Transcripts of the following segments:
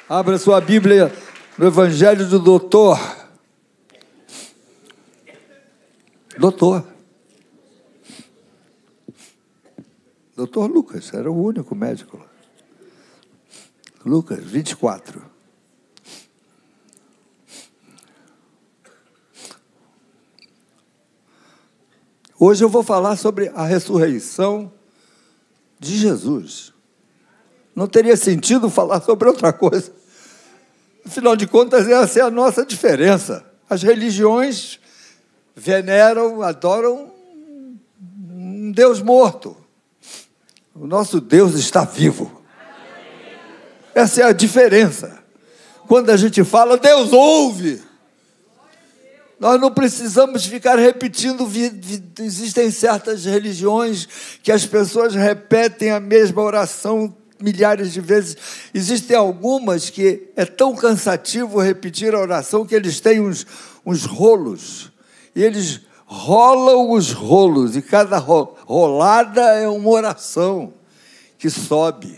Abra sua Bíblia no Evangelho do Doutor Lucas, era o único médico lá. Lucas 24. Hoje eu vou falar sobre a ressurreição de Jesus. Não teria sentido falar sobre outra coisa. Afinal de contas, essa é a nossa diferença. As religiões veneram, adoram um Deus morto. O nosso Deus está vivo. Essa é a diferença. Quando a gente fala, Deus ouve. Nós não precisamos ficar repetindo. Existem certas religiões que as pessoas repetem a mesma oração milhares de vezes. Existem algumas que é tão cansativo repetir a oração que eles têm uns rolos. E eles rolam os rolos. E cada rolada é uma oração que sobe.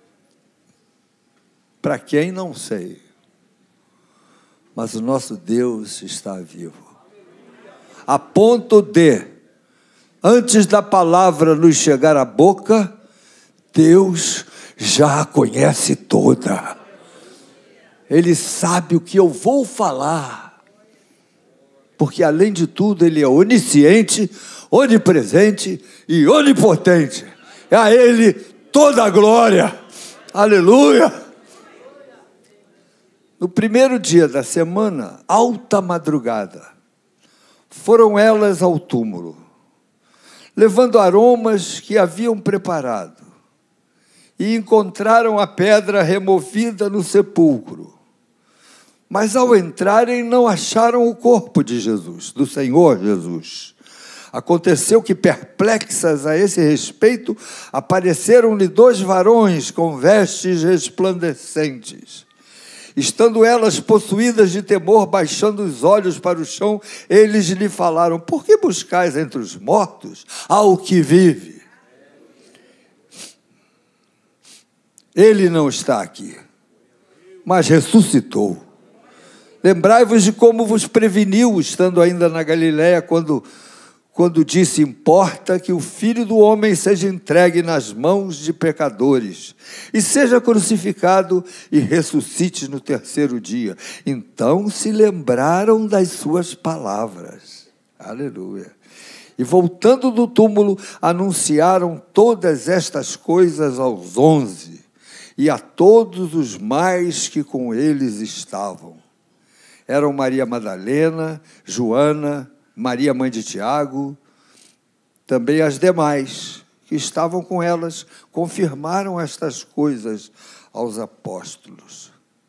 Para quem não sei. Mas o nosso Deus está vivo. A ponto de, antes da palavra nos chegar à boca, Deus já a conhece toda. Ele sabe o que eu vou falar. Porque, além de tudo, Ele é onisciente, onipresente e onipotente. É a Ele toda a glória. Aleluia! No primeiro dia da semana, alta madrugada, foram elas ao túmulo, levando aromas que haviam preparado, e encontraram a pedra removida no sepulcro. Mas ao entrarem não acharam o corpo de Jesus, do Senhor Jesus. Aconteceu que, perplexas a esse respeito, apareceram-lhe 2 varões com vestes resplandecentes. Estando elas possuídas de temor, baixando os olhos para o chão, eles lhe falaram: por que buscais entre os mortos ao que vive? Ele não está aqui, mas ressuscitou. Lembrai-vos de como vos preveniu, estando ainda na Galiléia, quando disse: importa que o Filho do Homem seja entregue nas mãos de pecadores, e seja crucificado e ressuscite no 3º dia. Então se lembraram das suas palavras. Aleluia. E voltando do túmulo, anunciaram todas estas coisas aos 11, e a todos os mais que com eles estavam. Eram Maria Madalena, Joana, Maria, mãe de Tiago, também as demais que estavam com elas, confirmaram estas coisas aos apóstolos.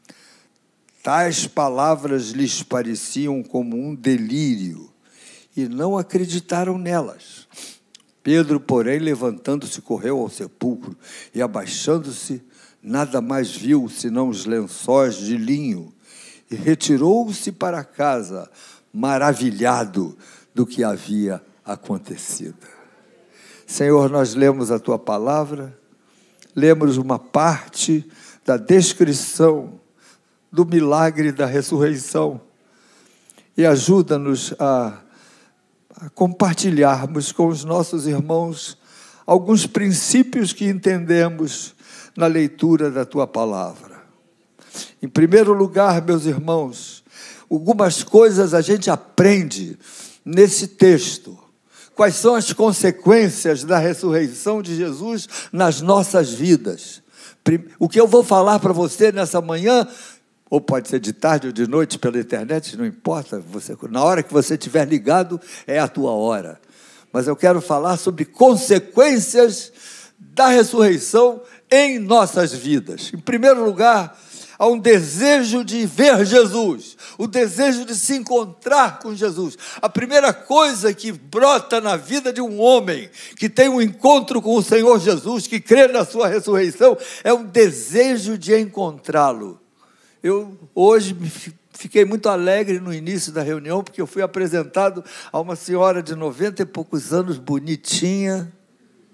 Tais palavras lhes pareciam como um delírio, e não acreditaram nelas. Pedro, porém, levantando-se, correu ao sepulcro, e abaixando-se, nada mais viu, senão os lençóis de linho, e retirou-se para casa, maravilhado do que havia acontecido. Senhor, nós lemos a Tua palavra, lemos uma parte da descrição do milagre da ressurreição e ajuda-nos a compartilharmos com os nossos irmãos alguns princípios que entendemos na leitura da Tua palavra. Em primeiro lugar, meus irmãos, algumas coisas a gente aprende nesse texto. Quais são as consequências da ressurreição de Jesus nas nossas vidas? O que eu vou falar para você nessa manhã, ou pode ser de tarde ou de noite pela internet, não importa, na hora que você estiver ligado, é a tua hora. Mas eu quero falar sobre consequências da ressurreição em nossas vidas. Em primeiro lugar, há um desejo de ver Jesus, o desejo de se encontrar com Jesus. A primeira coisa que brota na vida de um homem que tem um encontro com o Senhor Jesus, que crê na sua ressurreição, é um desejo de encontrá-lo. Eu hoje fiquei muito alegre no início da reunião, porque eu fui apresentado a uma senhora de 90 e poucos anos, bonitinha,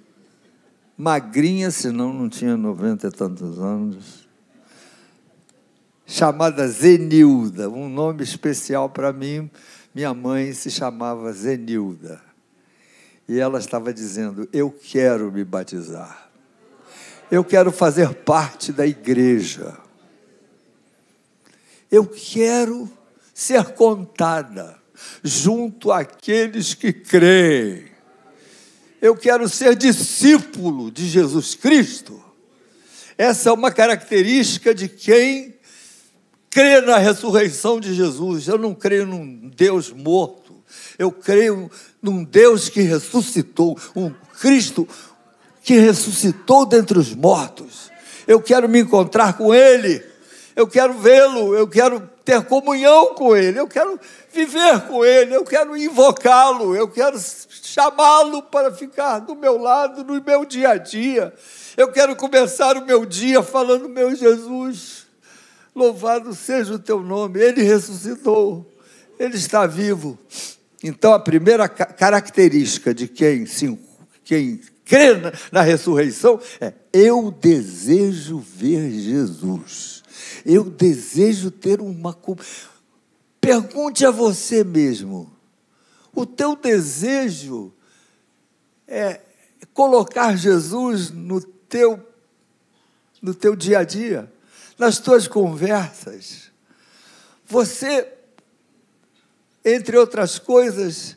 magrinha, senão não tinha 90 e tantos anos. chamada Zenilda, um nome especial para mim. Minha mãe se chamava Zenilda. E ela estava dizendo: eu quero me batizar. Eu quero fazer parte da igreja. Eu quero ser contada junto àqueles que creem. Eu quero ser discípulo de Jesus Cristo. Essa é uma característica de quem crê na ressurreição de Jesus. Eu não creio num Deus morto. Eu creio num Deus que ressuscitou, um Cristo que ressuscitou dentre os mortos. Eu quero me encontrar com Ele. Eu quero vê-lo. Eu quero ter comunhão com Ele. Eu quero viver com Ele. Eu quero invocá-lo. Eu quero chamá-lo para ficar do meu lado, no meu dia a dia. Eu quero começar o meu dia falando: meu Jesus, louvado seja o teu nome. Ele ressuscitou, Ele está vivo. Então, a primeira característica de quem crê na ressurreição é: eu desejo ver Jesus. Eu desejo ter uma... Pergunte a você mesmo: o teu desejo é colocar Jesus no teu dia a dia, nas tuas conversas? Você, entre outras coisas,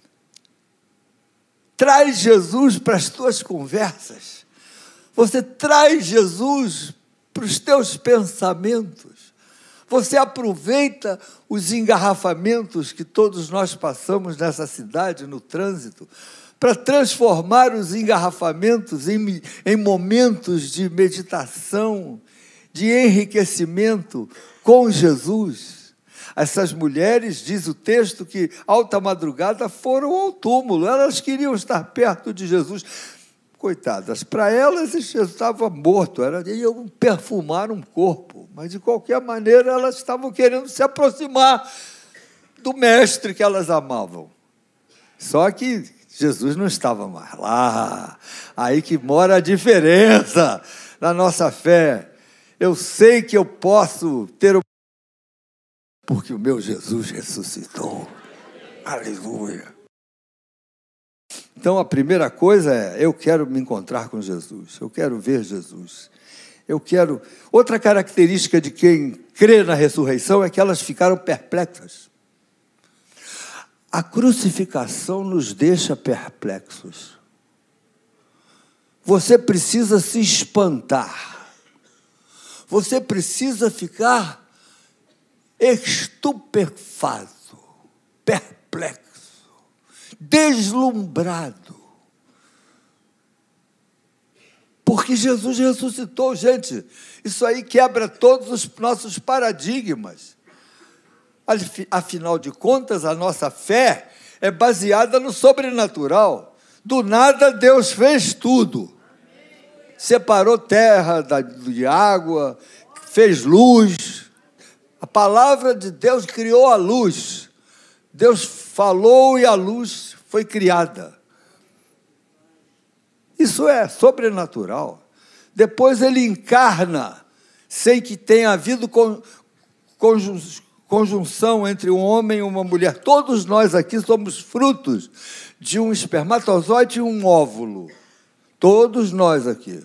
traz Jesus para as tuas conversas. Você traz Jesus para os teus pensamentos. Você aproveita os engarrafamentos que todos nós passamos nessa cidade, no trânsito, para transformar os engarrafamentos em momentos de meditação, de enriquecimento com Jesus. Essas mulheres, diz o texto, que alta madrugada foram ao túmulo. Elas queriam estar perto de Jesus. Coitadas, para elas Jesus estava morto, iam perfumar um corpo, mas de qualquer maneira elas estavam querendo se aproximar do mestre que elas amavam. Só que Jesus não estava mais lá. Aí que mora a diferença na nossa fé. Eu sei que eu posso ter porque o meu Jesus ressuscitou. Aleluia. Então, a primeira coisa é: eu quero me encontrar com Jesus. Eu quero ver Jesus. Outra característica de quem crê na ressurreição é que elas ficaram perplexas. A crucificação nos deixa perplexos. Você precisa se espantar. Você precisa ficar estupefato, perplexo, deslumbrado. Porque Jesus ressuscitou, gente. Isso aí quebra todos os nossos paradigmas. Afinal de contas, a nossa fé é baseada no sobrenatural. Do nada, Deus fez tudo. Separou terra de água, fez luz. A palavra de Deus criou a luz. Deus falou e a luz foi criada. Isso é sobrenatural. Depois ele encarna, sem que tenha havido conjunção entre um homem e uma mulher. Todos nós aqui somos frutos de um espermatozoide e um óvulo. Todos nós aqui.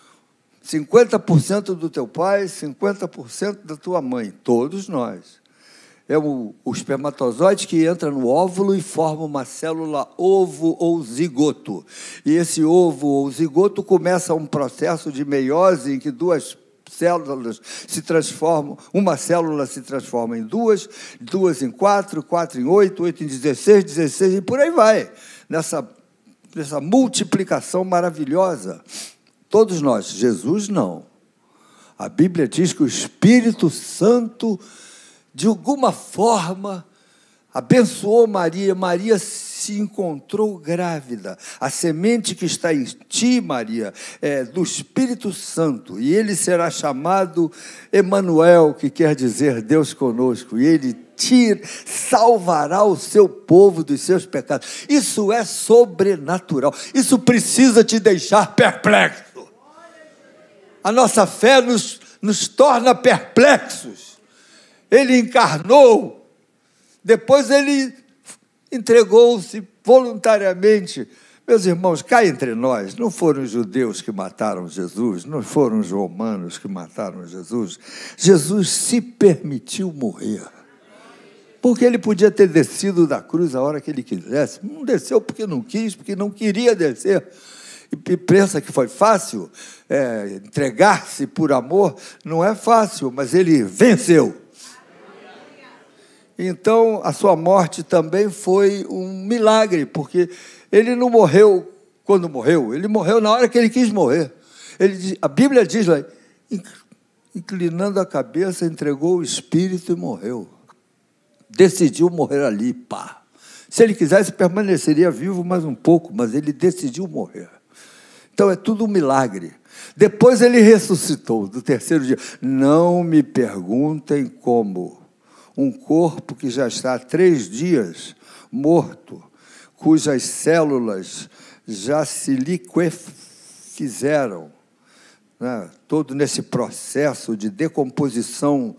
50% do teu pai, 50% da tua mãe. Todos nós. É o espermatozoide que entra no óvulo e forma uma célula ovo ou zigoto. E esse ovo ou zigoto começa um processo de meiose em que duas células se transformam, uma célula se transforma em duas em quatro em oito em 16 e por aí vai. Nessa multiplicação maravilhosa. Todos nós. Jesus não. A Bíblia diz que o Espírito Santo, de alguma forma, abençoou Maria. Maria se encontrou grávida. A semente que está em ti, Maria, é do Espírito Santo. E ele será chamado Emanuel, que quer dizer Deus conosco. E ele salvará o seu povo dos seus pecados. Isso é sobrenatural. Isso precisa te deixar perplexo. A nossa fé nos torna perplexos. ele encarnou, depois ele entregou-se voluntariamente. Meus irmãos, cá entre nós, não foram os judeus que mataram Jesus, não foram os romanos que mataram Jesus. Jesus se permitiu morrer. Porque ele podia ter descido da cruz a hora que ele quisesse. Não desceu porque não quis, porque não queria descer. E pensa que foi fácil? Entregar-se por amor não é fácil, mas ele venceu. Então, a sua morte também foi um milagre, porque ele não morreu quando morreu, ele morreu na hora que ele quis morrer. A Bíblia diz lá, inclinando a cabeça, entregou o espírito e morreu. Decidiu morrer ali, pá. Se ele quisesse, permaneceria vivo mais um pouco, mas ele decidiu morrer. Então, é tudo um milagre. Depois ele ressuscitou, do terceiro dia. Não me perguntem como. Um corpo que já está há 3 dias morto, cujas células já se liquefizeram, né? Todo nesse processo de decomposição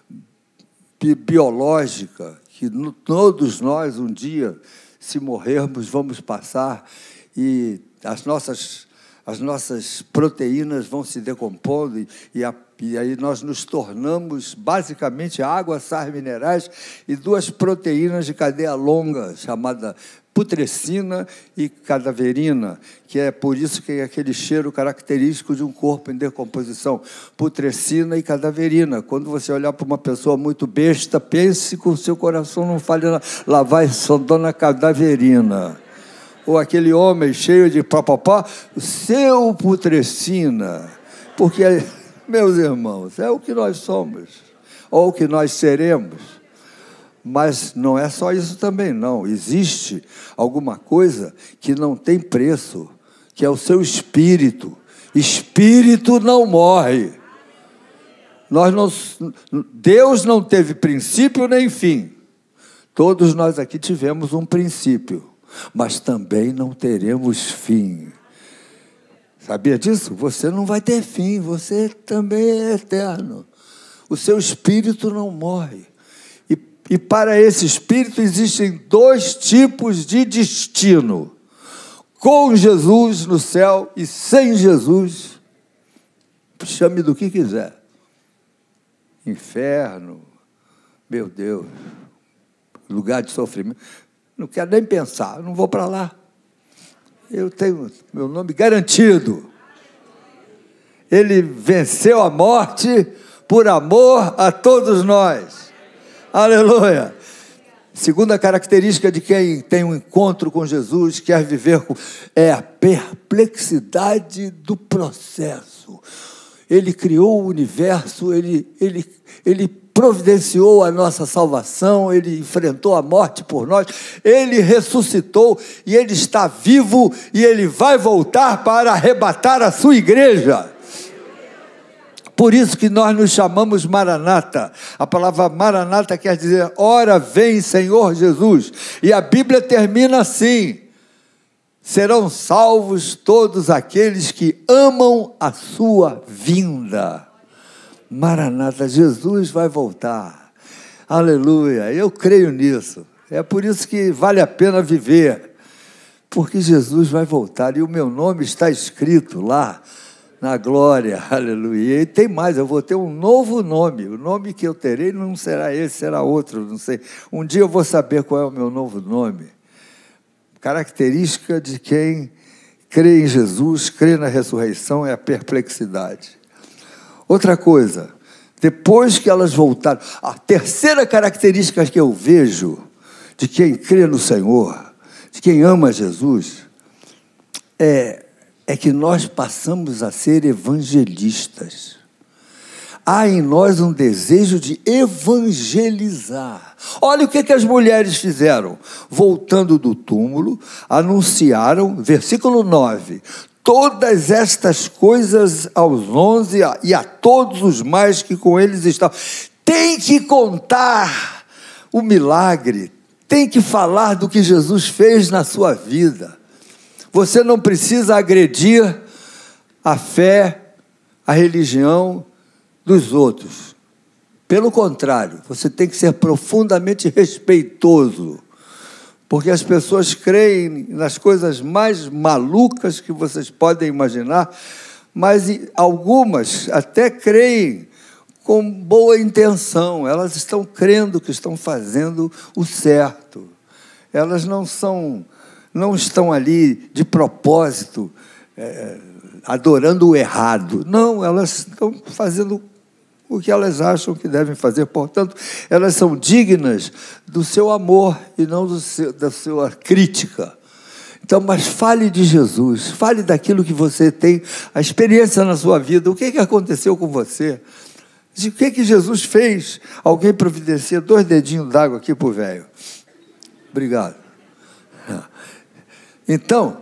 biológica, que todos nós, um dia, se morrermos, vamos passar, e as nossas proteínas vão se decompondo, e aí nós nos tornamos, basicamente, água, sais minerais e 2 proteínas de cadeia longa, chamada putrescina e cadaverina, que é por isso que é aquele cheiro característico de um corpo em decomposição, putrescina e cadaverina. Quando você olhar para uma pessoa muito besta, pense com o seu coração, não fale, lá vai dona cadaverina. Ou aquele homem cheio de papapá, seu putrescina, porque, meus irmãos, é o que nós somos, ou o que nós seremos. Mas não é só isso também, não. Existe alguma coisa que não tem preço, que é o seu espírito. Espírito não morre. Deus não teve princípio nem fim. Todos nós aqui tivemos um princípio, mas também não teremos fim. Sabia disso? Você não vai ter fim, você também é eterno. O seu espírito não morre. E para esse espírito existem 2 tipos de destino: com Jesus no céu e sem Jesus, chame do que quiser. Inferno, meu Deus, lugar de sofrimento. Não quero nem pensar, não vou para lá. Eu tenho meu nome garantido. Ele venceu a morte por amor a todos nós. Aleluia! Segunda característica de quem tem um encontro com Jesus, quer viver com, é a perplexidade do processo. Ele criou o universo, ele providenciou a nossa salvação, ele enfrentou a morte por nós, ele ressuscitou e ele está vivo e ele vai voltar para arrebatar a sua igreja. Por isso que nós nos chamamos Maranata. A palavra Maranata quer dizer, ora vem Senhor Jesus. E a Bíblia termina assim: serão salvos todos aqueles que amam a sua vinda. Maranata, Jesus vai voltar. Aleluia, eu creio nisso. É por isso que vale a pena viver, porque Jesus vai voltar e o meu nome está escrito lá na glória, aleluia. E tem mais, eu vou ter um novo nome. O nome que eu terei não será esse, será outro, não sei. Um dia eu vou saber qual é o meu novo nome. Característica de quem crê em Jesus, crê na ressurreição, é a perplexidade. Outra coisa, depois que elas voltaram, a terceira característica que eu vejo de quem crê no Senhor, de quem ama Jesus, é que nós passamos a ser evangelistas. Há em nós um desejo de evangelizar. Olha o que as mulheres fizeram. Voltando do túmulo, anunciaram, versículo 9, todas estas coisas aos 11 e a todos os mais que com eles estavam. Tem que contar o milagre, tem que falar do que Jesus fez na sua vida. Você não precisa agredir a fé, a religião dos outros. Pelo contrário, você tem que ser profundamente respeitoso, porque as pessoas creem nas coisas mais malucas que vocês podem imaginar, mas algumas até creem com boa intenção, elas estão crendo que estão fazendo o certo. Elas não estão ali de propósito, adorando o errado. Não, elas estão fazendo o que elas acham que devem fazer. Portanto, elas são dignas do seu amor e não da sua crítica. Então, mas fale de Jesus, fale daquilo que você tem, a experiência na sua vida, o que aconteceu com você, o que Jesus fez. Alguém providencia 2 dedinhos d'água aqui para o velho. Obrigado. Então,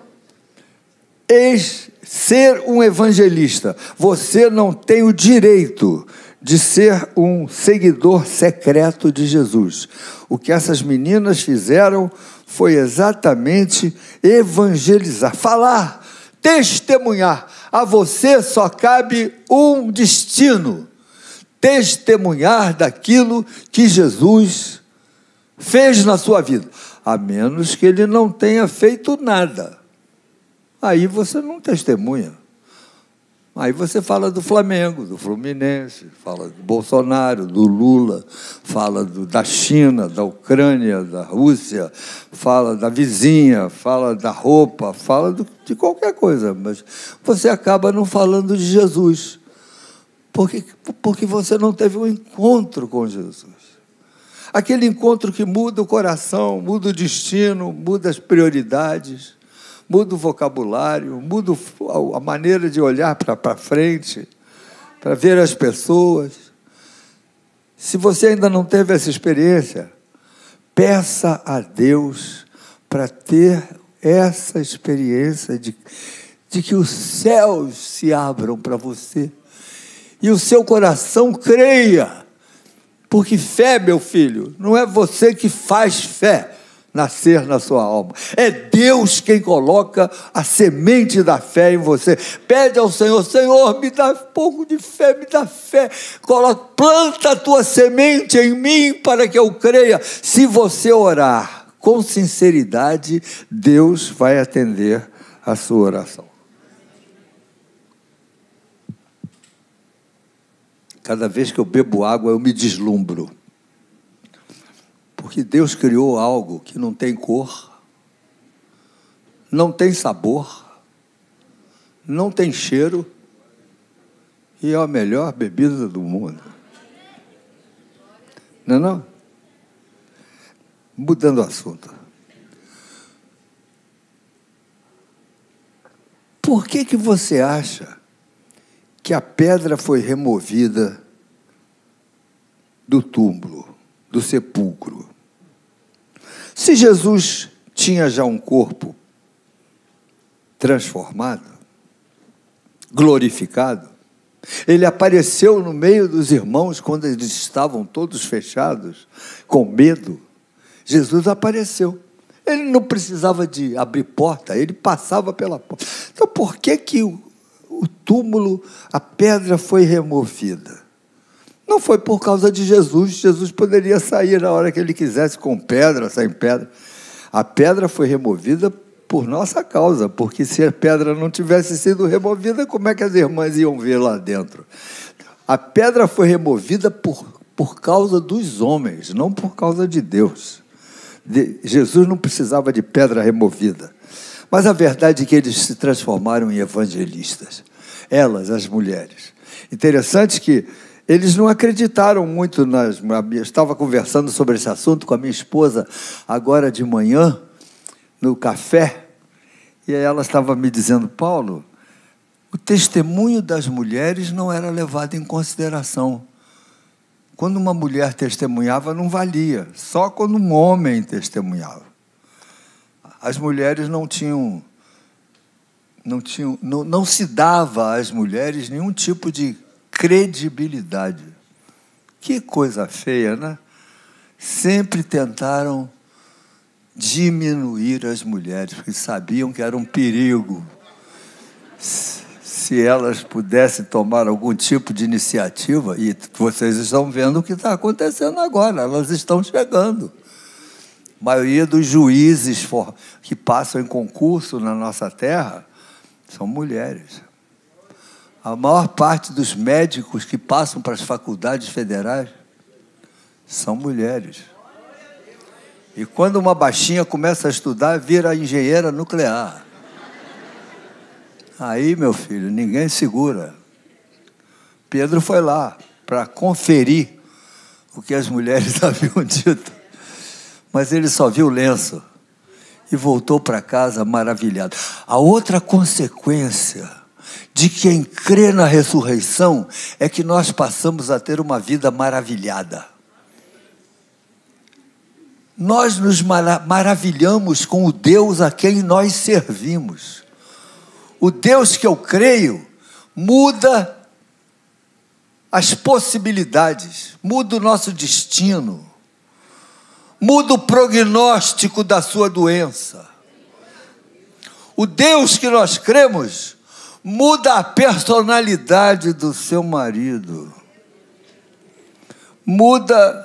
ser um evangelista, você não tem o direito de ser um seguidor secreto de Jesus. O que essas meninas fizeram foi exatamente evangelizar, falar, testemunhar. A você só cabe um destino: testemunhar daquilo que Jesus fez na sua vida, a menos que ele não tenha feito nada. Aí você não testemunha. Aí você fala do Flamengo, do Fluminense, fala do Bolsonaro, do Lula, fala da China, da Ucrânia, da Rússia, fala da vizinha, fala da roupa, fala de qualquer coisa, mas você acaba não falando de Jesus, porque você não teve um encontro com Jesus. Aquele encontro que muda o coração, muda o destino, muda as prioridades, muda o vocabulário, muda a maneira de olhar para frente, para ver as pessoas. Se você ainda não teve essa experiência, peça a Deus para ter essa experiência de que os céus se abram para você e o seu coração creia. Porque fé, meu filho, não é você que faz fé nascer na sua alma. É Deus quem coloca a semente da fé em você. Pede ao Senhor: Senhor, me dá um pouco de fé, me dá fé. Planta a tua semente em mim para que eu creia. Se você orar com sinceridade, Deus vai atender a sua oração. Cada vez que eu bebo água, eu me deslumbro. Porque Deus criou algo que não tem cor, não tem sabor, não tem cheiro, e é a melhor bebida do mundo. Não é não? Mudando o assunto. Por que você acha que a pedra foi removida do túmulo, do sepulcro? Se Jesus tinha já um corpo transformado, glorificado, ele apareceu no meio dos irmãos quando eles estavam todos fechados, com medo. Jesus apareceu. Ele não precisava de abrir porta, ele passava pela porta. Então, por que o túmulo, a pedra foi removida? Não foi por causa de Jesus. Jesus poderia sair na hora que ele quisesse, com pedra, sem pedra. A pedra foi removida por nossa causa, porque se a pedra não tivesse sido removida, como é que as irmãs iam ver lá dentro? A pedra foi removida por causa dos homens, não por causa de Deus. Jesus não precisava de pedra removida. Mas a verdade é que eles se transformaram em evangelistas. Elas, as mulheres. Interessante que eles não acreditaram muito eu estava conversando sobre esse assunto com a minha esposa agora de manhã, no café, e aí ela estava me dizendo: Paulo, o testemunho das mulheres não era levado em consideração. Quando uma mulher testemunhava, não valia, só quando um homem testemunhava. As mulheres não se dava às mulheres nenhum tipo de credibilidade. Que coisa feia, né? Sempre tentaram diminuir as mulheres, porque sabiam que era um perigo. se elas pudessem tomar algum tipo de iniciativa, e vocês estão vendo o que está acontecendo agora, elas estão chegando. A maioria dos juízes que passam em concurso na nossa terra são mulheres. A maior parte dos médicos que passam para as faculdades federais são mulheres. E quando uma baixinha começa a estudar, vira engenheira nuclear. Aí, meu filho, ninguém segura. Pedro foi lá para conferir o que as mulheres haviam dito. Mas ele só viu o lenço e voltou para casa maravilhado. A outra consequência de quem crê na ressurreição é que nós passamos a ter uma vida maravilhada. Nós nos maravilhamos com o Deus a quem nós servimos. O Deus que eu creio muda as possibilidades, muda o nosso destino, muda o prognóstico da sua doença. O Deus que nós cremos muda a personalidade do seu marido, muda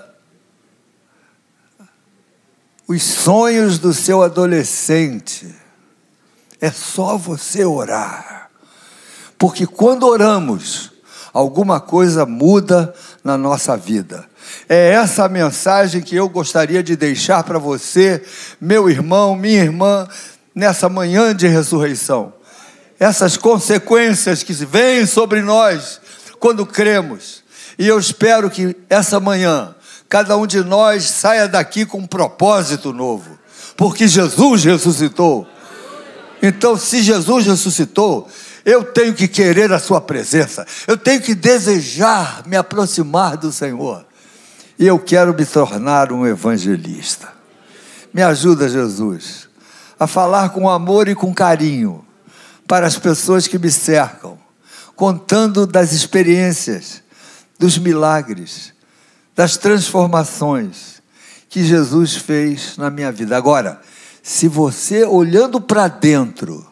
os sonhos do seu adolescente. É só você orar. Porque quando oramos, alguma coisa muda na nossa vida. É essa a mensagem que eu gostaria de deixar para você, meu irmão, minha irmã, nessa manhã de ressurreição. Essas consequências que vêm sobre nós quando cremos. E eu espero que essa manhã cada um de nós saia daqui com um propósito novo, porque Jesus ressuscitou. Então, se Jesus ressuscitou, eu tenho que querer a sua presença, eu tenho que desejar me aproximar do Senhor, e eu quero me tornar um evangelista. Me ajuda, Jesus, a falar com amor e com carinho para as pessoas que me cercam, contando das experiências, dos milagres, das transformações que Jesus fez na minha vida. Agora, se você, olhando para dentro,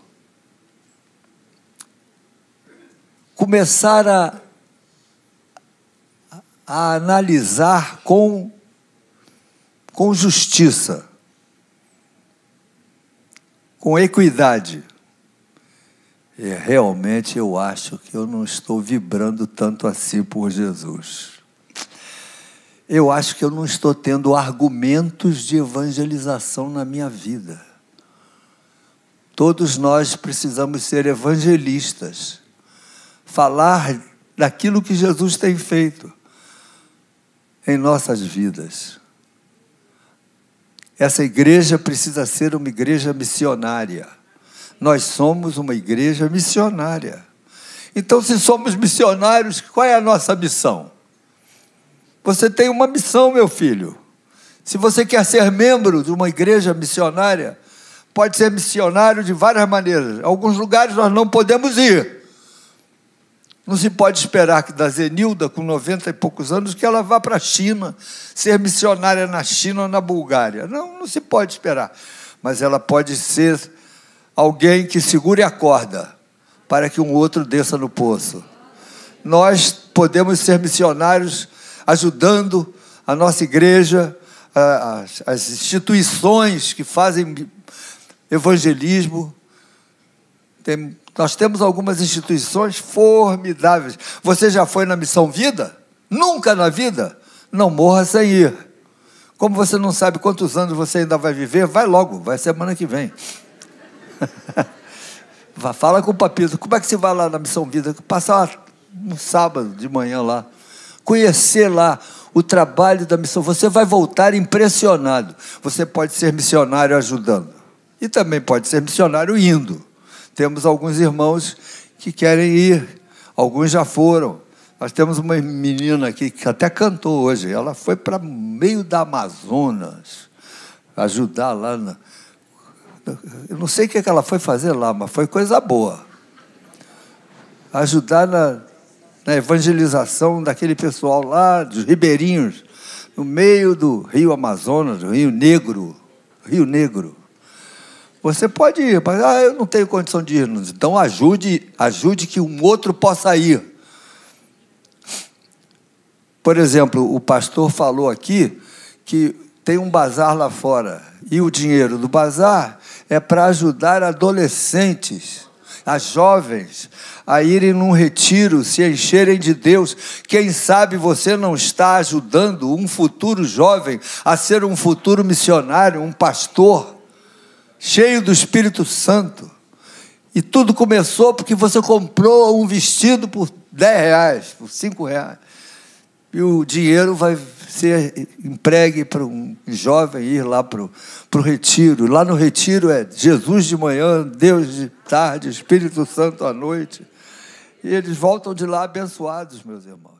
começar a analisar com justiça, com equidade, realmente eu acho que eu não estou vibrando tanto assim por Jesus. Eu acho que eu não estou tendo argumentos de evangelização na minha vida. Todos nós precisamos ser evangelistas, falar daquilo que Jesus tem feito em nossas vidas. Essa igreja precisa ser uma igreja missionária. Nós somos uma igreja missionária. Então, se somos missionários, qual é a nossa missão? Você tem uma missão, meu filho. Se você quer ser membro de uma igreja missionária, pode ser missionário de várias maneiras. Em alguns lugares nós não podemos ir. Não se pode esperar que da Zenilda, com 90 e poucos anos, que ela vá para a China, ser missionária na China ou na Bulgária. Não se pode esperar. Mas ela pode ser alguém que segure a corda para que um outro desça no poço. Nós podemos ser missionários ajudando a nossa igreja, as instituições que fazem evangelismo. Nós temos algumas instituições formidáveis. Você já foi na Missão Vida? Nunca na vida? Não morra sem ir. Como você não sabe quantos anos você ainda vai viver, vai logo, vai semana que vem. Fala com o Papito, como é que você vai lá na Missão Vida? Passar um sábado de manhã lá, conhecer lá o trabalho da missão. Você vai voltar impressionado. Você pode ser missionário ajudando e também pode ser missionário indo. Temos alguns irmãos que querem ir, alguns já foram. Nós temos uma menina aqui que até cantou hoje. Ela foi para o meio da Amazonas ajudar lá. Eu não sei o que ela foi fazer lá, mas foi coisa boa. Ajudar na evangelização daquele pessoal lá, dos ribeirinhos, no meio do Rio Amazonas, do Rio Negro. Você pode ir, mas eu não tenho condição de ir. Então ajude que um outro possa ir. Por exemplo, o pastor falou aqui que tem um bazar lá fora. E o dinheiro do bazar é para ajudar adolescentes, as jovens, a irem num retiro, se encherem de Deus. Quem sabe você não está ajudando um futuro jovem a ser um futuro missionário, um pastor, cheio do Espírito Santo. E tudo começou porque você comprou um vestido por R$10, por R$5. E o dinheiro vai ser entregue para um jovem ir lá para o retiro. Lá no retiro é Jesus de manhã, Deus de tarde, Espírito Santo à noite. E eles voltam de lá abençoados, meus irmãos.